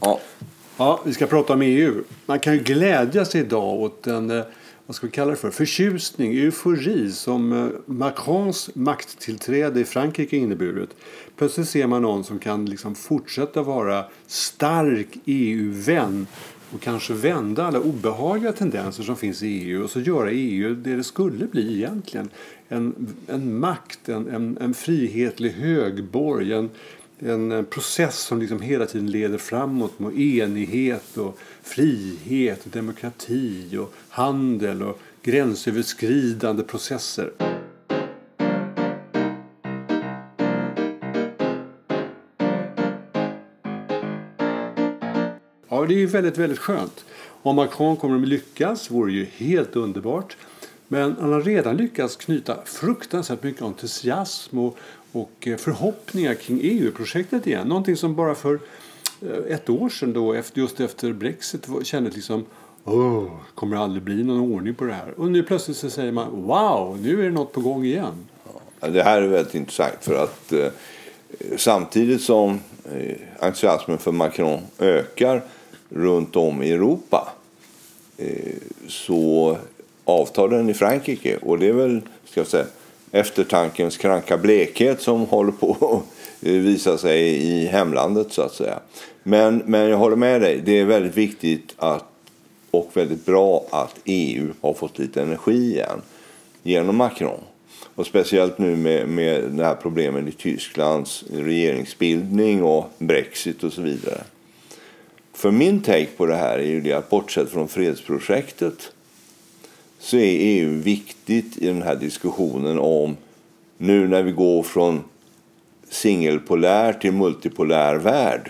Ja. Ja, vi ska prata om EU. Man kan ju glädja sig idag åt en, vad ska vi kalla det för, förtjusning, eufori som Macrons makttillträde i Frankrike inneburit. Plötsligt ser man någon som kan liksom fortsätta vara stark EU-vän och kanske vända alla obehagliga tendenser som finns i EU och så göra EU det skulle bli egentligen. En makt, en frihetlig högborg, en process som liksom hela tiden leder framåt med enighet och frihet och demokrati och handel och gränsöverskridande processer. Ja, det är ju väldigt, väldigt skönt. Om Macron kommer att lyckas vore det ju helt underbart. Men han har redan lyckats knyta fruktansvärt mycket entusiasm och förhoppningar kring EU-projektet igen. Någonting som bara för ett år sedan då, just efter Brexit, kändes liksom kommer det aldrig bli någon ordning på det här. Och nu plötsligt så säger man wow, nu är det något på gång igen. Ja, det här är väldigt intressant för att samtidigt som entusiasmen för Macron ökar runt om i Europa så avtar den i Frankrike, och det är väl, ska jag säga, eftertankens kranka blekhet som håller på att visa sig i hemlandet så att säga. Men jag håller med dig, det är väldigt viktigt och väldigt bra att EU har fått lite energi igen genom Macron. Och speciellt nu med den här problemen i Tysklands regeringsbildning och Brexit och så vidare. För min take på det här är ju det att bortsett från fredsprojektet så är EU viktigt i den här diskussionen om nu när vi går från singelpolär till multipolär värld.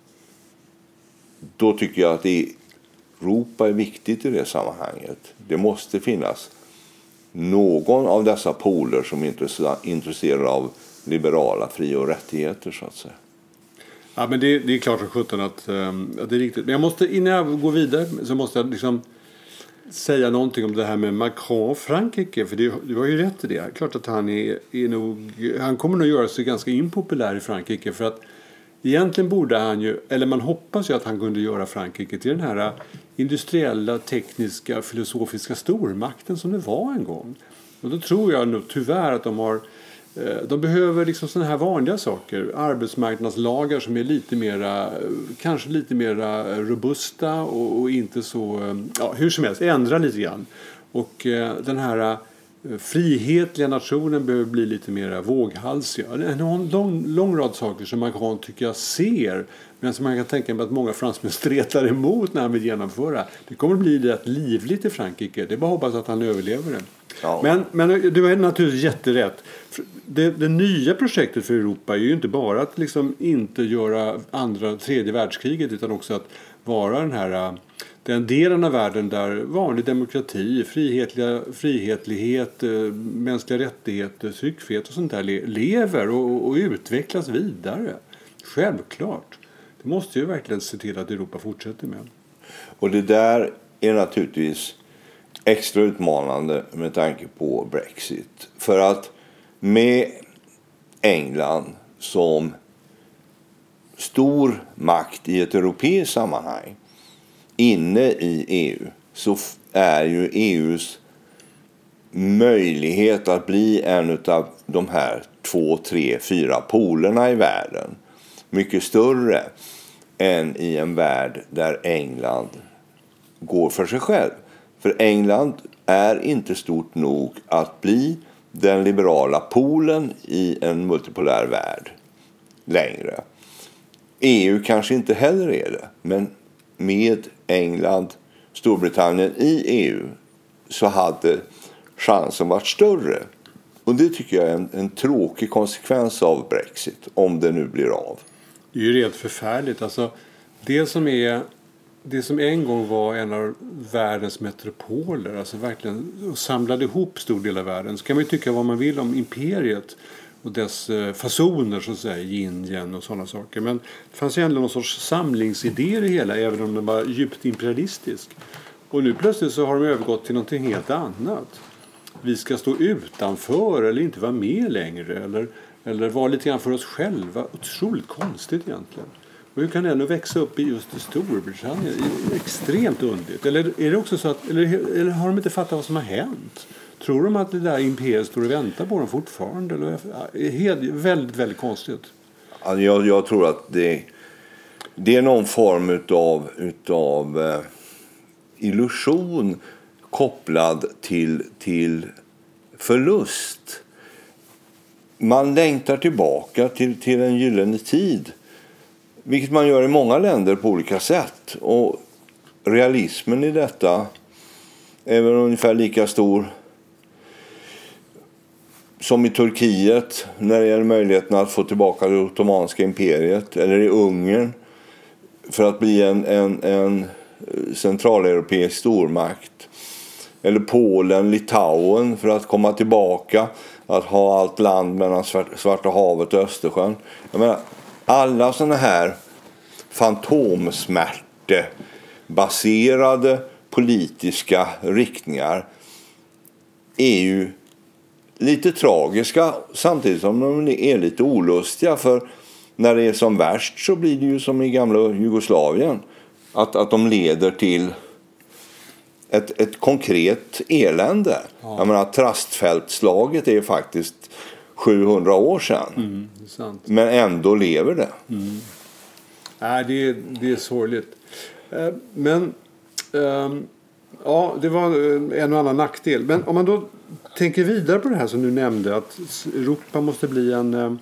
Då tycker jag att Europa är viktigt i det sammanhanget. Det måste finnas någon av dessa poler som är intresserad av liberala fri- och rättigheter så att säga. Ja, men det är klart som sjutton att det är riktigt. Men innan jag går vidare så måste jag liksom säga någonting om det här med Macron och Frankrike. För du har ju rätt i det. Klart att han kommer nog göra sig ganska impopulär i Frankrike. För att egentligen borde han ju, eller man hoppas ju att han kunde göra Frankrike till den här industriella, tekniska, filosofiska stormakten som det var en gång. Och då tror jag nog tyvärr att de behöver liksom såna här vanliga saker. Arbetsmarknadslagar som är kanske lite mera robusta och inte så, hur som helst, ändra lite grann. Och den här frihetliga nationen behöver bli lite mer våghalsig. En lång rad saker som Macron tycker jag ser, men som man kan tänka mig att många fransmän stretar emot när han vill genomföra. Det kommer att bli rätt livligt i Frankrike. Det är bara att hoppas att han överlever det. Ja. Men du har naturligtvis jätterätt. Det nya projektet för Europa är ju inte bara att liksom inte göra tredje världskriget, utan också att vara den delen av världen där vanlig demokrati, frihetlighet, mänskliga rättigheter, tryckfrihet och sånt där lever och utvecklas vidare. Självklart. Det måste ju verkligen se till att Europa fortsätter med. Och det där är naturligtvis extra utmanande med tanke på Brexit. För att med England som stor makt i ett europeiskt sammanhang inne i EU så är ju EUs möjlighet att bli en av de här 2, 3, 4 polerna i världen mycket större än i en värld där England går för sig själv. För England är inte stort nog att bli den liberala polen i en multipolär värld längre. EU kanske inte heller är det, men med England, Storbritannien i EU så hade chansen varit större. Och det tycker jag är en tråkig konsekvens av Brexit, om det nu blir av. Det är ju rent förfärligt. Alltså, det som en gång var en av världens metropoler, alltså verkligen samlade ihop stor del av världen, så kan man ju tycka vad man vill om imperiet och dess fasoner, så att säga, yin och sådana saker. Men det fanns ju ändå någon sorts samlingsidé i det hela, även om den var djupt imperialistisk. Och nu plötsligt så har de övergått till någonting helt annat. Vi ska stå utanför eller inte vara med längre, eller vara lite grann för oss själva. Otroligt konstigt egentligen. Och hur kan det ändå växa upp i just Storbritannien? Det är extremt underligt. Eller är det också så att, eller har de inte fattat vad som har hänt? Tror de att det där imperiet står och väntar på dem fortfarande? Eller, väldigt, väldigt konstigt. Alltså jag tror att det är någon form utav illusion kopplad till förlust. Man längtar tillbaka till en gyllene tid. Vilket man gör i många länder på olika sätt. Och realismen i detta är väl ungefär lika stor som i Turkiet när det gäller möjligheten att få tillbaka det ottomanska imperiet. Eller i Ungern för att bli en centraleuropeisk stormakt. Eller Polen, Litauen för att komma tillbaka. Att ha allt land mellan Svarta havet och Östersjön. Jag menar, alla sådana här fantomsmärtebaserade politiska riktningar är ju lite tragiska samtidigt som de är lite olustiga. För när det är som värst så blir det ju som i gamla Jugoslavien. Att de leder till ett konkret elände. Ja. Jag menar, Trastfältslaget är faktiskt 700 år sedan. Det är sant. Men ändå lever det. Nej, det är sorgligt. Men ja, det var en och annan nackdel. Men om man då tänker vidare på det här som du nämnde, att Europa måste bli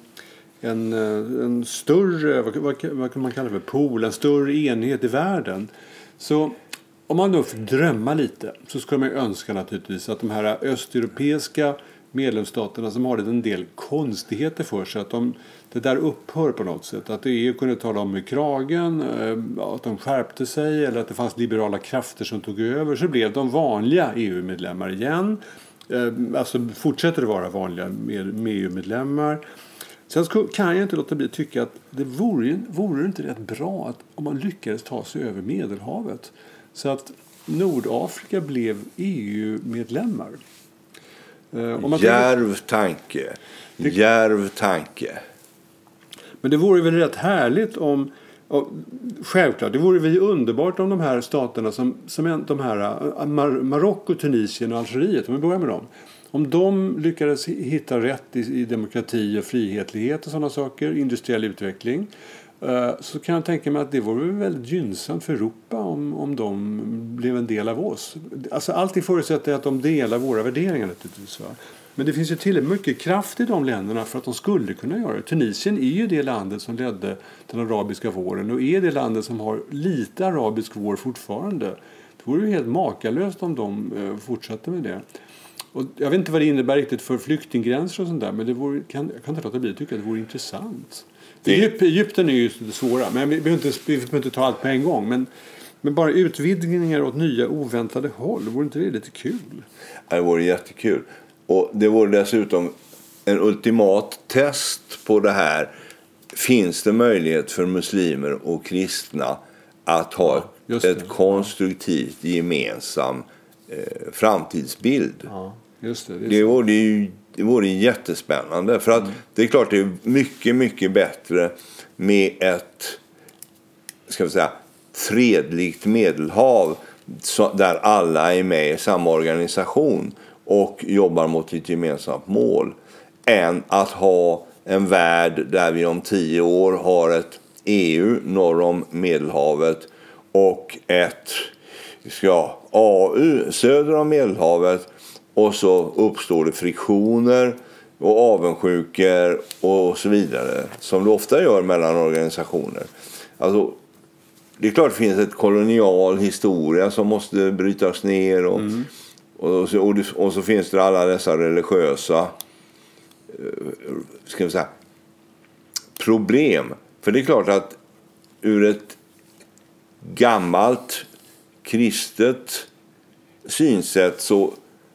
en större, vad kan man kalla det för, pool, en större enhet i världen. Så om man då får drömma lite så skulle man önska naturligtvis att de här östeuropeiska medlemsstaterna som har en del konstigheter för sig, att det där upphör på något sätt. Att EU kunde tala om med kragen, att de skärpte sig eller att det fanns liberala krafter som tog över, så blev de vanliga EU-medlemmar igen. Alltså fortsätter det vara vanliga med EU-medlemmar. Sen kan jag inte låta bli att tycka att det vore inte rätt bra att om man lyckades ta sig över Medelhavet så att Nordafrika blev EU-medlemmar. Djärv tanke. Men det vore väl rätt härligt om, självklart, det vore väl underbart om de här staterna som de här Marocko, Tunisien och Algeriet, om vi börjar med dem, om de lyckades hitta rätt i demokrati och frihetlighet och sådana saker, industriell utveckling, så kan jag tänka mig att det vore väldigt gynnsamt för Europa om de blev en del av oss. Alltså alltid förutsätter att de delar våra värderingar naturligtvis, va? Men det finns ju tillräckligt mycket kraft i de länderna för att de skulle kunna göra det. Tunisien är ju det landet som ledde den arabiska våren och är det landet som har lite arabisk vår fortfarande. Det vore ju helt makalöst om de fortsatte med det. Och jag vet inte vad det innebär riktigt för flyktinggränser och sånt där, men jag kan inte låta bli att tycka att det vore intressant. Egypten är ju det svåra, men vi behöver inte ta allt på en gång. Men bara utvidgningar åt nya oväntade håll, vore inte det lite kul? Det vore jättekul. Och det vore dessutom en ultimat test på det här. Finns det möjlighet för muslimer och kristna att ha ett konstruktivt gemensam framtidsbild? Ja, just det. Det vore jättespännande. För att det är klart det är mycket, mycket bättre med ett, ska vi säga, fredligt Medelhav där alla är med i samma organisation och jobbar mot ett gemensamt mål, än att ha en värld där vi om 10 år har ett EU norr om Medelhavet och ett AU söder om Medelhavet, och så uppstår det friktioner och avundsjukor och så vidare som det ofta gör mellan organisationer. Alltså, det är klart det finns ett kolonial historia som måste brytas ner och så finns det alla dessa religiösa ska vi säga, problem. För det är klart att ur ett gammalt kristet synsätt så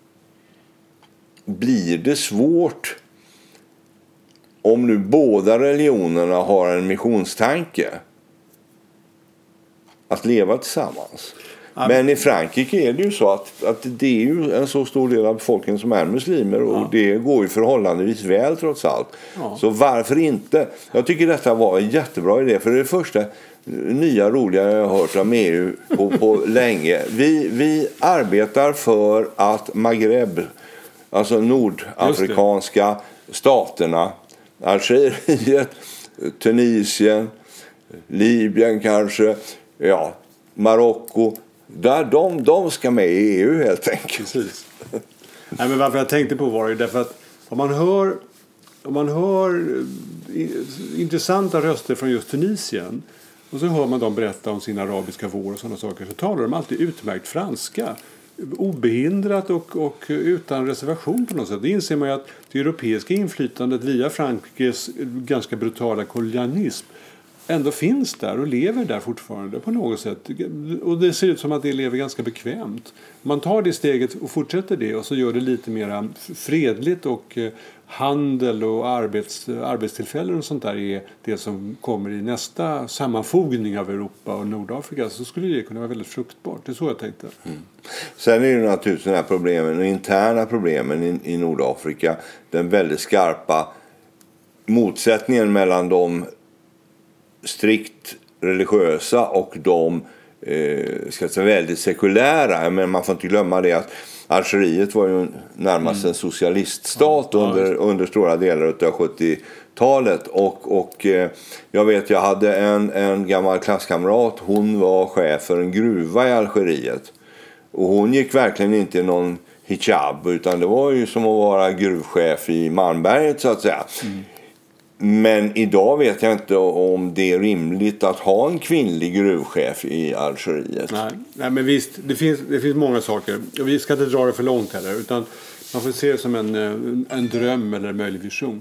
blir det svårt om nu båda religionerna har en missionstanke att leva tillsammans. Men i Frankrike är det ju så att det är ju en så stor del av befolkningen som är muslimer och det går ju förhållandevis väl trots allt. Ja. Så varför inte? Jag tycker detta var en jättebra idé, för det är det första nya roliga jag har hört om EU på länge. Vi arbetar för att Maghreb, alltså nordafrikanska staterna, Algeriet, Tunisien, Libyen kanske, Marocko, där de ska med i EU helt enkelt. Precis. Nej, men varför jag tänkte på var det därför att om man hör intressanta röster från just Tunisien och så hör man dem berätta om sin arabiska vår och sådana saker, så talar de alltid utmärkt franska. Obehindrat och utan reservation på något sätt. Det inser man ju att det europeiska inflytandet via Frankrikes ganska brutala kolonialism ändå finns där och lever där fortfarande på något sätt. Och det ser ut som att det lever ganska bekvämt. Man tar det steget och fortsätter det och så gör det lite mer fredligt och handel och arbetstillfällen och sånt där är det som kommer i nästa sammanfogning av Europa och Nordafrika, så skulle det kunna vara väldigt fruktbart. Det är så jag tänkte. Mm. Sen är det naturligtvis de här problemen, de interna problemen i Nordafrika, den väldigt skarpa motsättningen mellan de strikt religiösa och de väldigt sekulära. Men man får inte glömma det att Algeriet var ju närmast en socialiststat under stora delar av 70-talet. Och jag vet, jag hade en gammal klasskamrat, hon var chef för en gruva i Algeriet. Och hon gick verkligen inte i någon hijab, utan det var ju som att vara gruvchef i Malmberget så att säga. Mm. Men idag vet jag inte om det är rimligt att ha en kvinnlig gruvchef i Algeriet. Nej, men visst, det finns många saker. Vi ska inte dra det för långt heller, utan man får se det som en dröm eller en möjlig vision.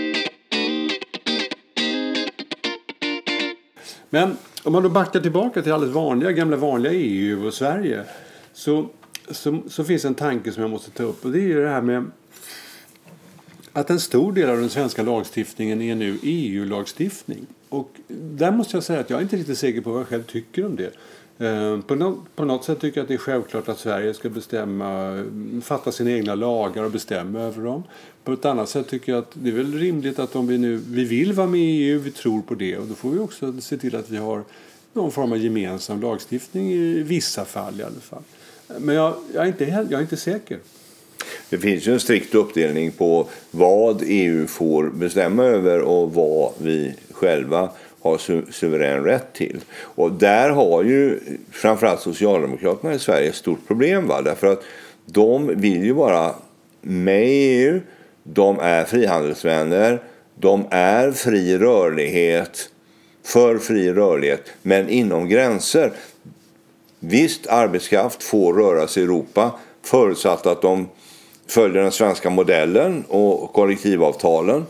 Men om man då backar tillbaka till alldeles gamla vanliga EU och Sverige, så finns en tanke som jag måste ta upp, och det är ju det här med att en stor del av den svenska lagstiftningen är nu EU-lagstiftning. Och där måste jag säga att jag är inte riktigt säker på vad jag själv tycker om det. På något sätt tycker jag att det är självklart att Sverige ska fatta sina egna lagar och bestämma över dem. På ett annat sätt tycker jag att det är väl rimligt att om vi vill vara med i EU, vi tror på det. Och då får vi också se till att vi har någon form av gemensam lagstiftning i vissa fall i alla fall. Men jag är inte säker. Det finns ju en strikt uppdelning på vad EU får bestämma över och vad vi själva har suverän rätt till. Och där har ju framförallt Socialdemokraterna i Sverige ett stort problem. Därför att de vill ju vara med i EU, de är frihandelsvänner, de är för fri rörlighet, men inom gränser. Visst, arbetskraft får röra sig i Europa, förutsatt att de följer den svenska modellen och kollektivavtalen.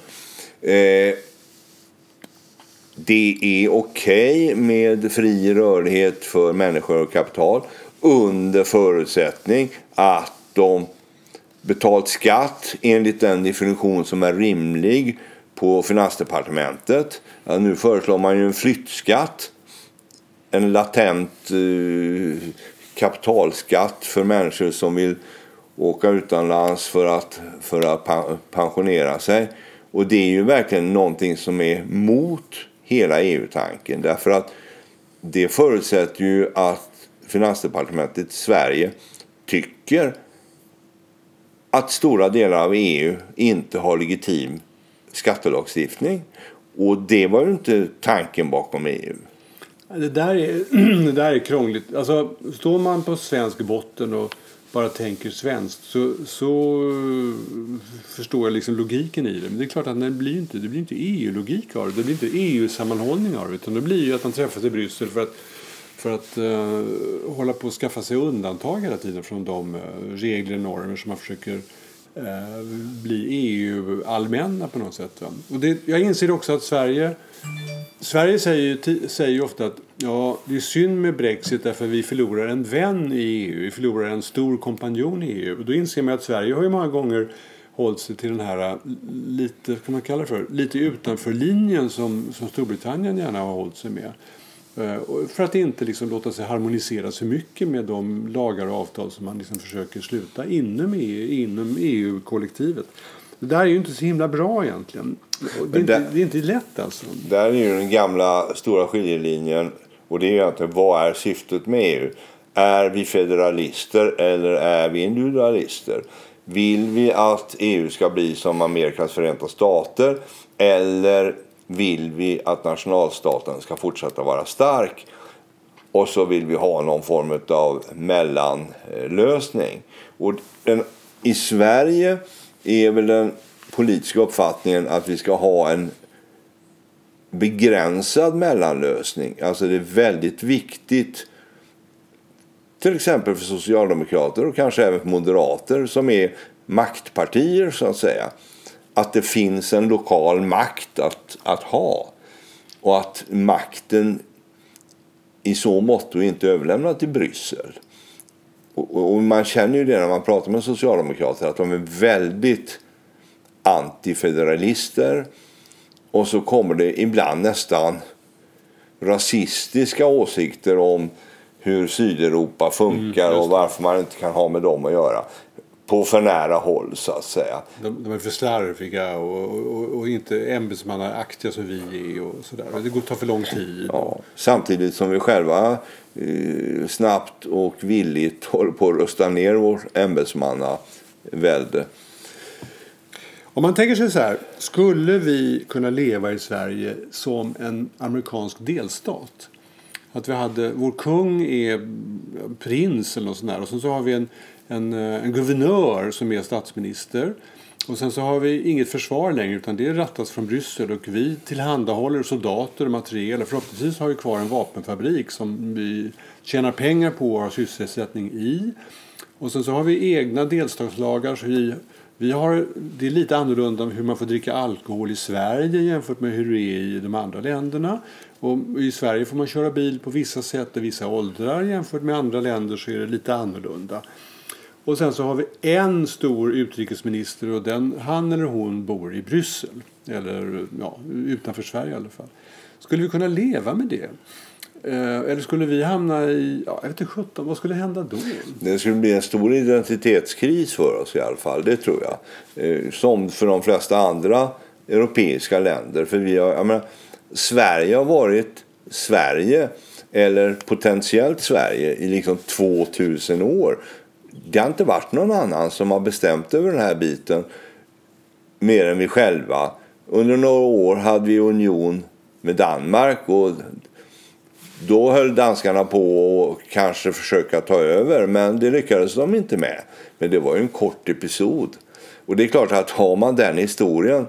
Det är okej med fri rörlighet för människor och kapital under förutsättning att de betalt skatt enligt den definition som är rimlig på Finansdepartementet. Nu föreslår man ju en flyttskatt, en latent kapitalskatt för människor som vill åka utomlands för att pensionera sig. Och det är ju verkligen någonting som är mot hela EU-tanken. Därför att det förutsätter ju att Finansdepartementet i Sverige tycker att stora delar av EU inte har legitim skattelagstiftning. Och det var ju inte tanken bakom EU. Det där är krångligt. Alltså, står man på svensk botten och bara tänker svenskt så förstår jag liksom logiken i det. Men det är klart att det blir inte EU-logik av det. Det blir inte EU-sammanhållning av det. Utan det blir ju att man träffas i Bryssel för att hålla på att skaffa sig undantag hela tiden från de regler och normer som man försöker bli EU-allmänna på något sätt. Va? Och jag inser också att Sverige säger ju ofta att det är synd med Brexit därför att vi förlorar en vän i EU. Vi förlorar en stor kompanjon i EU. Och då inser man att Sverige har ju många gånger hållit sig till den här lite utanför linjen som Storbritannien gärna har hållit sig med. För att inte liksom låta sig harmonisera så mycket med de lagar och avtal som man liksom försöker sluta inom EU-kollektivet. Det där är ju inte så himla bra egentligen. Det är inte lätt alltså. Där är ju den gamla stora skiljelinjen, och det är egentligen vad är syftet med EU? Är vi federalister eller är vi individualister? Vill vi att EU ska bli som Amerikas förenta stater, eller vill vi att nationalstaten ska fortsätta vara stark? Och så vill vi ha någon form av mellanlösning. Och i Sverige är väl den politiska uppfattningen att vi ska ha en begränsad mellanlösning. Alltså det är väldigt viktigt, till exempel för socialdemokrater och kanske även för moderater som är maktpartier så att säga, att det finns en lokal makt att ha, och att makten i så mått inte överlämnad till Bryssel. Och man känner ju det när man pratar med socialdemokrater, att de är väldigt antifederalister, och så kommer det ibland nästan rasistiska åsikter om hur Sydeuropa funkar och varför man inte kan ha med dem att göra på för nära håll så att säga. De är för slarviga och inte ämbetsmannaaktiga som vi är och sådär. Det tar för lång tid. Ja, samtidigt som vi själva snabbt och villigt håller på att rösta ner vår ämbetsmannavälde. Om man tänker sig så här, skulle vi kunna leva i Sverige som en amerikansk delstat? Att vi hade, vår kung är prins eller något sånt där, och sen så har vi en guvernör som är statsminister, och sen så har vi inget försvar längre utan det rattas från Bryssel, och vi tillhandahåller soldater och materiel, och förhoppningsvis har vi kvar en vapenfabrik som vi tjänar pengar på och har sysselsättning i, och sen så har vi egna delstatslagar, så vi har, det är lite annorlunda om hur man får dricka alkohol i Sverige jämfört med hur det är i de andra länderna. Och i Sverige får man köra bil på vissa sätt och vissa åldrar, jämfört med andra länder så är det lite annorlunda. Och sen så har vi en stor utrikesminister, och han eller hon bor i Bryssel. Eller utanför Sverige i alla fall. Skulle vi kunna leva med det? Eller skulle vi hamna i, jag vet inte 17, vad skulle hända då? Det skulle bli en stor identitetskris för oss i alla fall, det tror jag. Som för de flesta andra europeiska länder. För Sverige har varit Sverige, eller potentiellt Sverige, i liksom 2000 år. Det har inte varit någon annan som har bestämt över den här biten mer än vi själva. Under några år hade vi union med Danmark, och då höll danskarna på och kanske försöka ta över, men det lyckades de inte med. Men det var ju en kort episod. Och det är klart att har man den historien,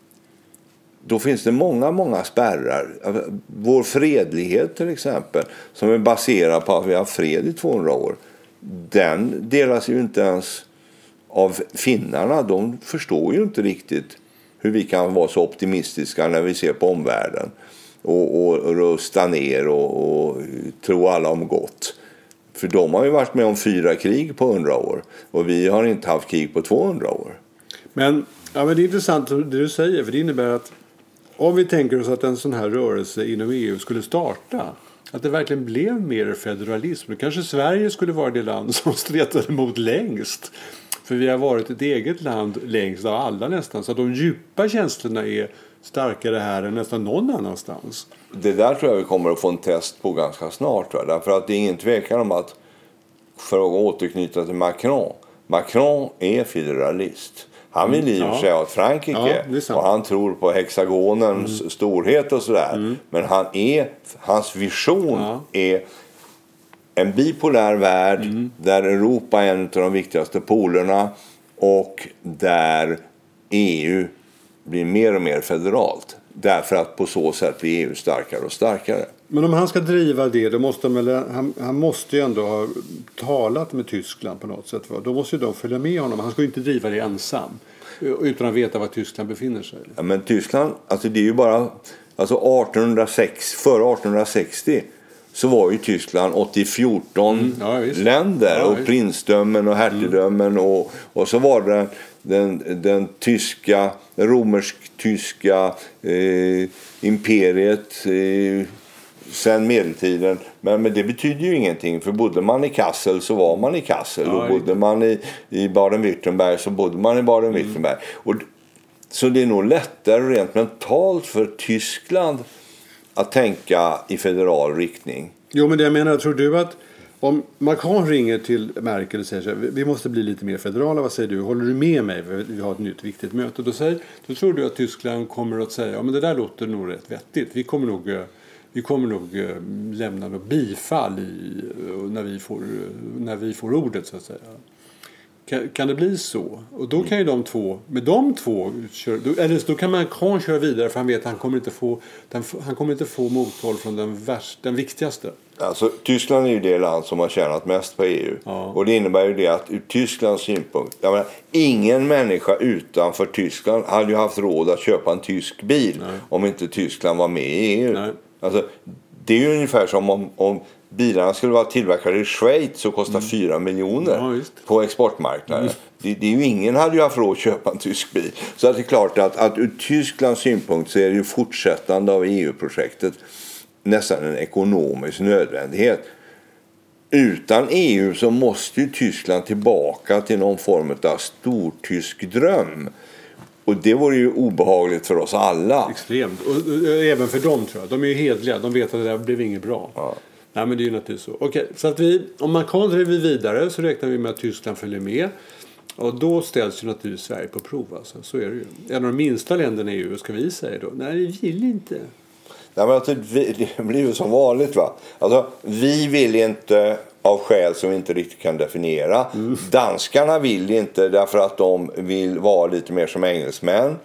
då finns det många spärrar. Vår fredlighet till exempel, som är baserad på att vi har fred i 200 år, den delas ju inte ens av finnarna. De förstår ju inte riktigt hur vi kan vara så optimistiska när vi ser på omvärlden och rösta ner och tro alla om gott. För de har ju varit med om 4 krig på 100 år, och vi har inte haft krig på 200 år. Men det är intressant det du säger, för det innebär att om vi tänker oss att en sån här rörelse inom EU skulle starta, att det verkligen blev mer federalism, då kanske Sverige skulle vara det land som stretade emot längst. För vi har varit ett eget land längst av alla nästan, så att de djupa känslorna är starkare här än nästan någon annanstans. Det där tror jag vi kommer att få en test på ganska snart. Därför att det är ingen tvekan om att, för att återknyta till Macron är federalist. Han vill i och för sig ha ett Frankrike, och han tror på hexagonens storhet och sådär. Men hans vision är en bipolär värld där Europa är en av de viktigaste polerna, och där EU blir mer och mer federalt. Därför att på så sätt blir EU starkare och starkare. Men om han ska driva det, då måste han måste ju ändå ha talat med Tyskland på något sätt. Då måste ju de följa med honom. Han ska ju inte driva det ensam utan att veta var Tyskland befinner sig. Ja, men Tyskland, alltså det är ju bara, alltså 1806, före 1860 så var ju Tyskland 84 länder och prinsdömen och hertigdömen, och så var det den tyska, romersk-tyska imperiet sen medeltiden. Men det betyder ju ingenting. För bodde man i Kassel så var man i Kassel. Och bodde man i Baden-Württemberg så bodde man i Baden-Württemberg. Så det är nog lättare rent mentalt för Tyskland att tänka i federal riktning. Jo, men det jag menar, tror du att om Macron ringer till Merkel och säger så här, vi måste bli lite mer federala, vad säger du? Håller du med mig? Vi har ett nytt viktigt möte. Då tror du att Tyskland kommer att säga, ja men det där låter nog rätt vettigt. Vi kommer nog lämna något bifall när vi får ordet, så att säga. Kan det bli så? Och då kan ju de två då kan Macron köra vidare, för han vet att han kommer inte få mothåll från den viktigaste. Alltså, Tyskland är ju det land som har tjänat mest på EU. Ja. Och det innebär ju det att ur Tysklands synpunkt, jag menar, ingen människa utanför Tyskland hade ju haft råd att köpa en tysk bil om inte Tyskland var med i EU. Nej. Alltså, det är ju ungefär som om bilarna skulle vara tillverkade i Schweiz och kosta 4 miljoner på exportmarknaden. Det är ju ingen hade ju haft råd att köpa en tysk bil. Så att det är klart att ur Tysklands synpunkt så är det ju fortsättande av EU-projektet nästan en ekonomisk nödvändighet. Utan EU så måste ju Tyskland tillbaka till någon form av stortysk dröm. Och det vore ju obehagligt för oss alla. Extremt. Och även för dem, tror jag. De är ju hedliga. De vet att det där blev inget bra. Ja. Nej, men det är ju naturligtvis så. Okej, så att om Macron driver vidare så räknar vi med att Tyskland följer med. Och då ställs ju naturligtvis Sverige på prov. Alltså. Så är det ju. En av de minsta länderna i EU, ska vi säga då. Nej, vi vill inte. Nej, men alltså, det blir ju som vanligt, va? Alltså, vi vill inte av skäl som vi inte riktigt kan definiera. Danskarna vill inte därför att de vill vara lite mer som engelsmän.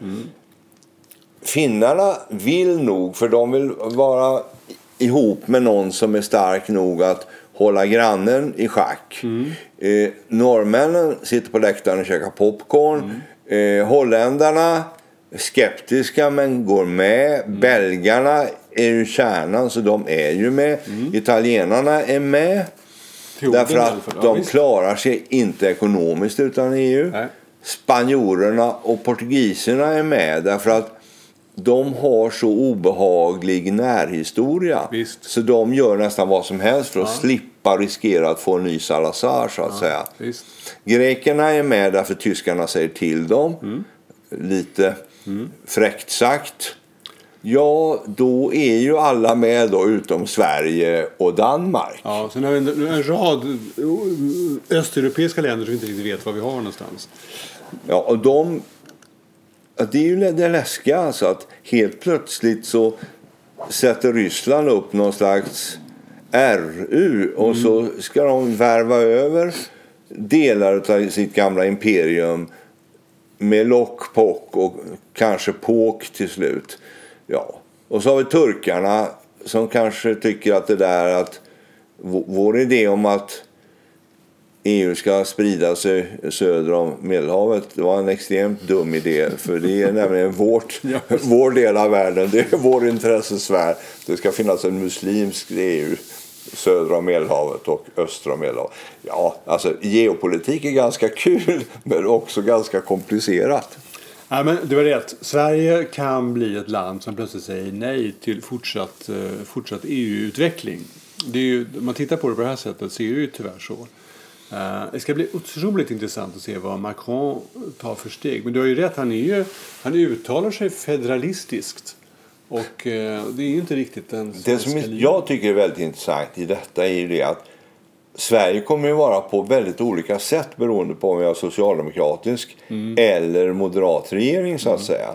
Finnarna vill nog, för de vill vara ihop med någon som är stark nog att hålla grannen i schack. Norrmännen sitter på läktaren och käkar popcorn. Holländarna skeptiska men går med. Belgarna är ju kärnan, så de är ju med. Italienarna är med. Därför att de klarar sig inte ekonomiskt utan EU. Nej. Spanjorerna och portugiserna är med därför att de har så obehaglig närhistoria. Visst. Så de gör nästan vad som helst för att slippa riskera att få en ny Salazar, så att säga. Visst. Grekerna är med därför tyskarna säger till dem. Lite fräckt sagt. Ja, då är ju alla med då utom Sverige och Danmark. Ja, sen har vi en rad östeuropeiska länder som inte riktigt vet var vi har någonstans. Ja, och det är ju det läskiga, alltså, att helt plötsligt så sätter Ryssland upp någon slags RU och så ska de värva över delar av sitt gamla imperium med lock, pock och kanske påk till slut. Ja. Och så har vi turkarna som kanske tycker att det där att vår idé om att EU ska sprida sig söder om Medelhavet, det var en extremt dum idé, för det är nämligen vår del av världen, det är vår intressesfär. Det ska finnas en muslimsk EU söder om Medelhavet och öster om Medelhavet. Ja, alltså geopolitik är ganska kul men också ganska komplicerat. Ja, men du har rätt. Sverige kan bli ett land som plötsligt säger nej till fortsatt EU-utveckling. Det är ju, om man tittar på det på det här sättet så är det ju tyvärr så. Det ska bli otroligt intressant att se vad Macron tar för steg. Men du har ju rätt, han uttalar sig federalistiskt. Och det är ju inte riktigt en... Det som jag tycker är väldigt intressant i detta är ju det att Sverige kommer ju vara på väldigt olika sätt beroende på om vi har socialdemokratisk eller moderat regering, så att säga.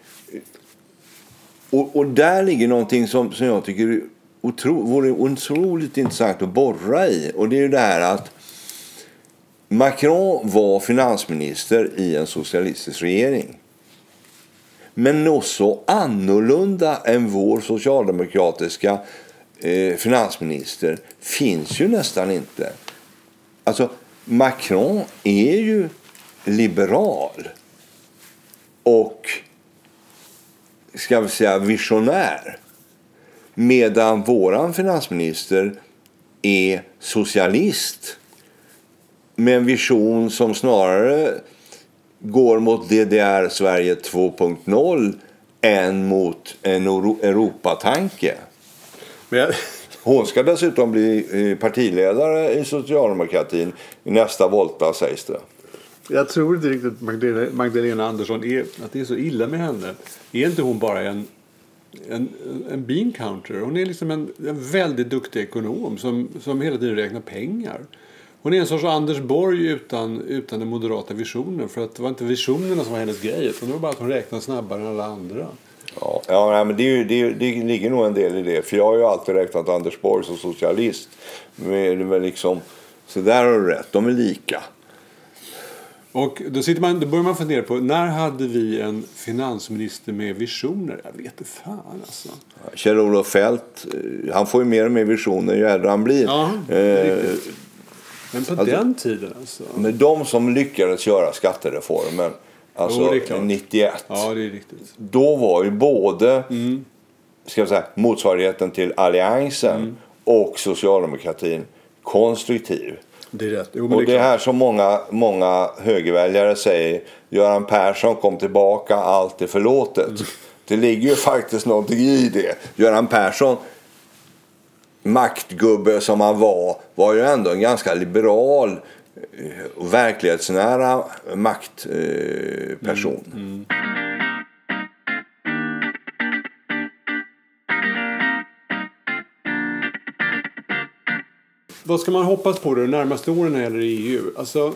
Och där ligger någonting som jag tycker vore otroligt intressant att borra i. Och det är ju det här att Macron var finansminister i en socialistisk regering. Men något så annorlunda än vår socialdemokratiska finansminister finns ju nästan inte. Alltså, Macron är ju liberal och, ska vi säga, visionär, medan våran finansminister är socialist med en vision som snarare går mot DDR Sverige 2.0 än mot en Europatanke. Men Hon ska dessutom bli partiledare i socialdemokratin i nästa volta, sägs det. jag tror inte riktigt Magdalena Andersson att det är så illa med henne. Är inte hon bara en bean counter? Hon är liksom en väldigt duktig ekonom som hela tiden räknar pengar. Hon är en sorts Anders Borg utan den moderata visionen. För att det var inte visionerna som var hennes grej. Utan det var bara att hon räknar snabbare än alla andra. Ja, men det ligger nog en del i det. För jag har ju alltid räknat Anders Borg som socialist. Men liksom, så där har du rätt. De är lika. Och då börjar man fundera på, när hade vi en finansminister med visioner? Jag vet inte fan alltså. Kjell-Olof Feldt, han får ju mer och mer visioner ju äldre han blir. Ja, men på den tiden alltså. Men de som lyckades göra skattereformen, alltså 91. Ja, det är riktigt. Då var ju både ska jag säga, motsvarigheten till alliansen och socialdemokratin konstruktiv. Det är rätt. Och det här som många högerväljare säger, Göran Persson kom tillbaka, allt är förlåtet. Det ligger ju faktiskt någonting i det. Göran Persson, maktgubbe som han var ju ändå en ganska liberal och verklighetsnära maktperson. Vad ska man hoppas på då de närmaste åren när det gäller EU? Alltså,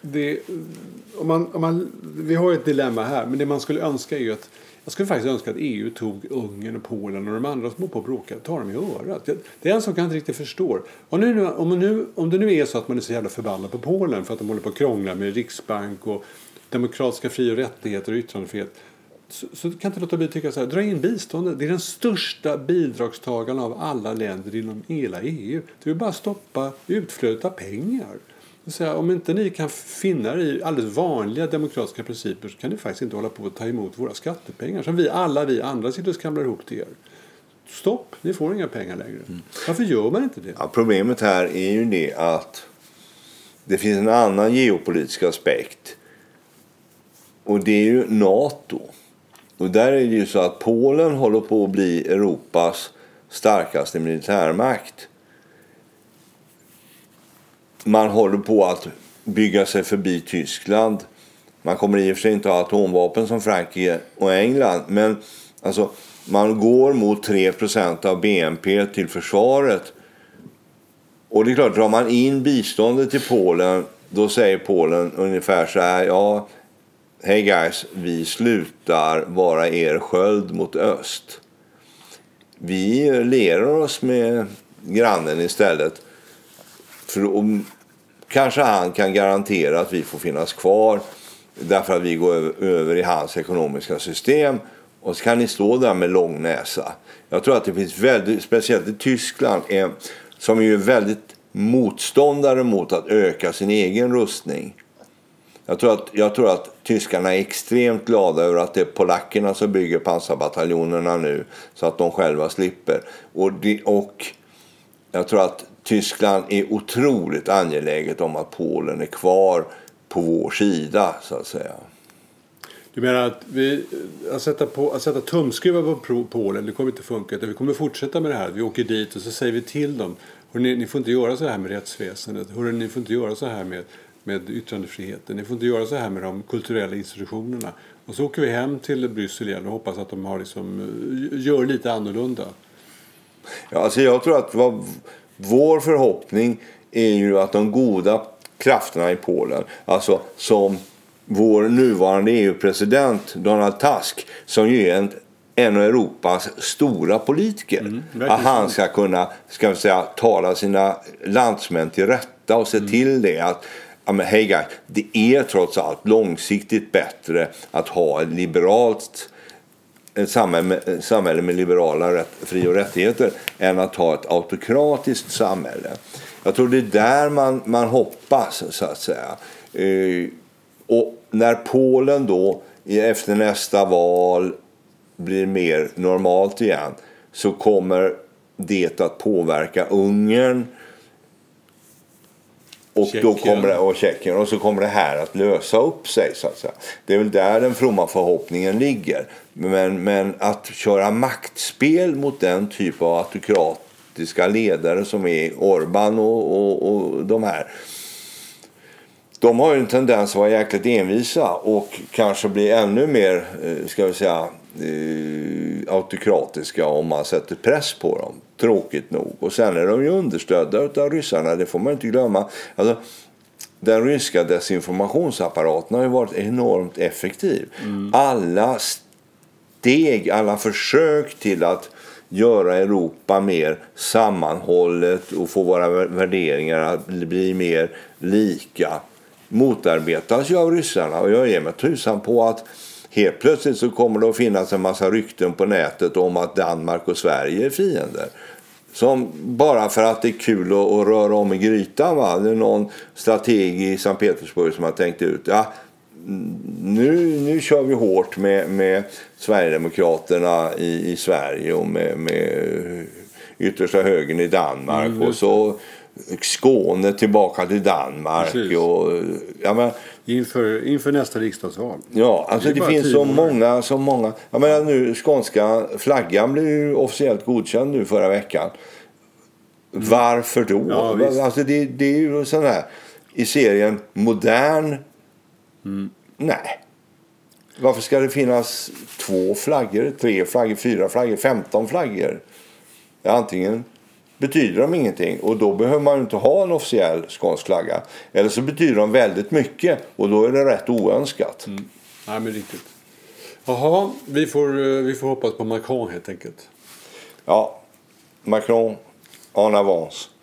vi har ett dilemma här, men det man skulle önska är ju att jag skulle faktiskt önska att EU tog Ungern och Polen och de andra som på att bråka, tar dem i örat. Det är en sak jag inte riktigt förstår. Och om det nu är så att man är så jävla förbannad på Polen för att de håller på att krångla med riksbank och demokratiska fri- och rättigheter och yttrandefrihet, så kan jag inte låta bli att tycka så här, dra in biståndet. Det är den största bidragstagaren av alla länder inom hela EU. Det vill bara stoppa utflödet av pengar. Så om inte ni kan finna i alldeles vanliga demokratiska principer så kan ni faktiskt inte hålla på att ta emot våra skattepengar som vi andra sitter och skramlar ihop till er. Stopp, ni får inga pengar längre. Varför gör man inte det? Ja, problemet här är ju det att det finns en annan geopolitisk aspekt. Och det är ju NATO. Och där är det ju så att Polen håller på att bli Europas starkaste militärmakt. Man håller på att bygga sig förbi Tyskland. Man kommer i och för sig inte ha atomvapen som Frankrike och England. Men alltså, man går mot 3% av BNP till försvaret. Och det är klart, drar man in biståndet till Polen, då säger Polen ungefär så här: ja, hey guys, vi slutar vara er sköld mot öst. Vi lerar oss med grannen istället. För om kanske han kan garantera att vi får finnas kvar därför att vi går över i hans ekonomiska system, och så kan ni stå där med lång näsa. Jag tror att det finns väldigt, speciellt i Tyskland, som är ju väldigt motståndare mot att öka sin egen rustning. Jag tror att tyskarna är extremt glada över att det är polackerna som bygger pansarbataljonerna nu så att de själva slipper. Och jag tror att Tyskland är otroligt angeläget om att Polen är kvar på vår sida, så att säga. Du menar att sätta tumskruvar på Polen, det kommer inte funka. Vi kommer fortsätta med det här. Vi åker dit och så säger vi till dem: ni får inte göra så här med rättsväsendet. Ni får inte göra så här med yttrandefriheten. Ni får inte göra så här med de kulturella institutionerna. Och så åker vi hem till Bryssel igen och hoppas att de har gör lite annorlunda. Ja, alltså jag tror att vår förhoppning är ju att de goda krafterna i Polen, alltså som vår nuvarande EU-president Donald Tusk, som ju är en av Europas stora politiker, att han ska kunna, ska vi säga, tala sina landsmän till rätta och se till det att hey guys, det är trots allt långsiktigt bättre att ha ett liberalt samhälle med liberala fri- och rättigheter än att ha ett autokratiskt samhälle. Jag tror det är där man hoppas, så att säga. Och när Polen då efter nästa val blir mer normalt igen, så kommer det att påverka Ungern och Tjeckien, och så kommer det här att lösa upp sig, så att säga. Det är väl där den fromma förhoppningen ligger. Men att köra maktspel mot den typ av politiska ledare som är Orbán och de här. De har ju en tendens att vara jäkligt envisa och kanske bli ännu mer, ska vi säga, autokratiska om man sätter press på dem. Tråkigt nog. Och sen är de ju understödda av ryssarna, det får man inte glömma. Alltså, den ryska desinformationsapparaten har ju varit enormt effektiv. Alla steg, alla försök till att göra Europa mer sammanhållet och få våra värderingar att bli mer lika motarbetas ju av ryssarna. Och jag ger mig tusan på att helt plötsligt så kommer det att finnas en massa rykten på nätet om att Danmark och Sverige är fiender. Som bara för att det är kul att röra om i grytan, va? Det är någon strateg i Sankt Petersburg som har tänkt ut, ja, nu kör vi hårt med Sverigedemokraterna i Sverige och med yttersta högern i Danmark och så Skåne tillbaka till Danmark. Och, ja, men, inför nästa riksdagsval. Ja, alltså det finns så många. Jag menar nu, skånska flaggan blev ju officiellt godkänd nu förra veckan. Varför då? Ja, alltså det är ju sån här i serien modern. Nej. Varför ska det finnas 2 flaggor, 3 flaggor, 4 flaggor, 15 flaggor? Ja, antingen betyder de ingenting och då behöver man inte ha en officiell skånsk flagga. Eller så betyder de väldigt mycket och då är det rätt oönskat. Nej, men riktigt. Jaha, vi får hoppas på Macron helt enkelt. Ja, Macron en avance.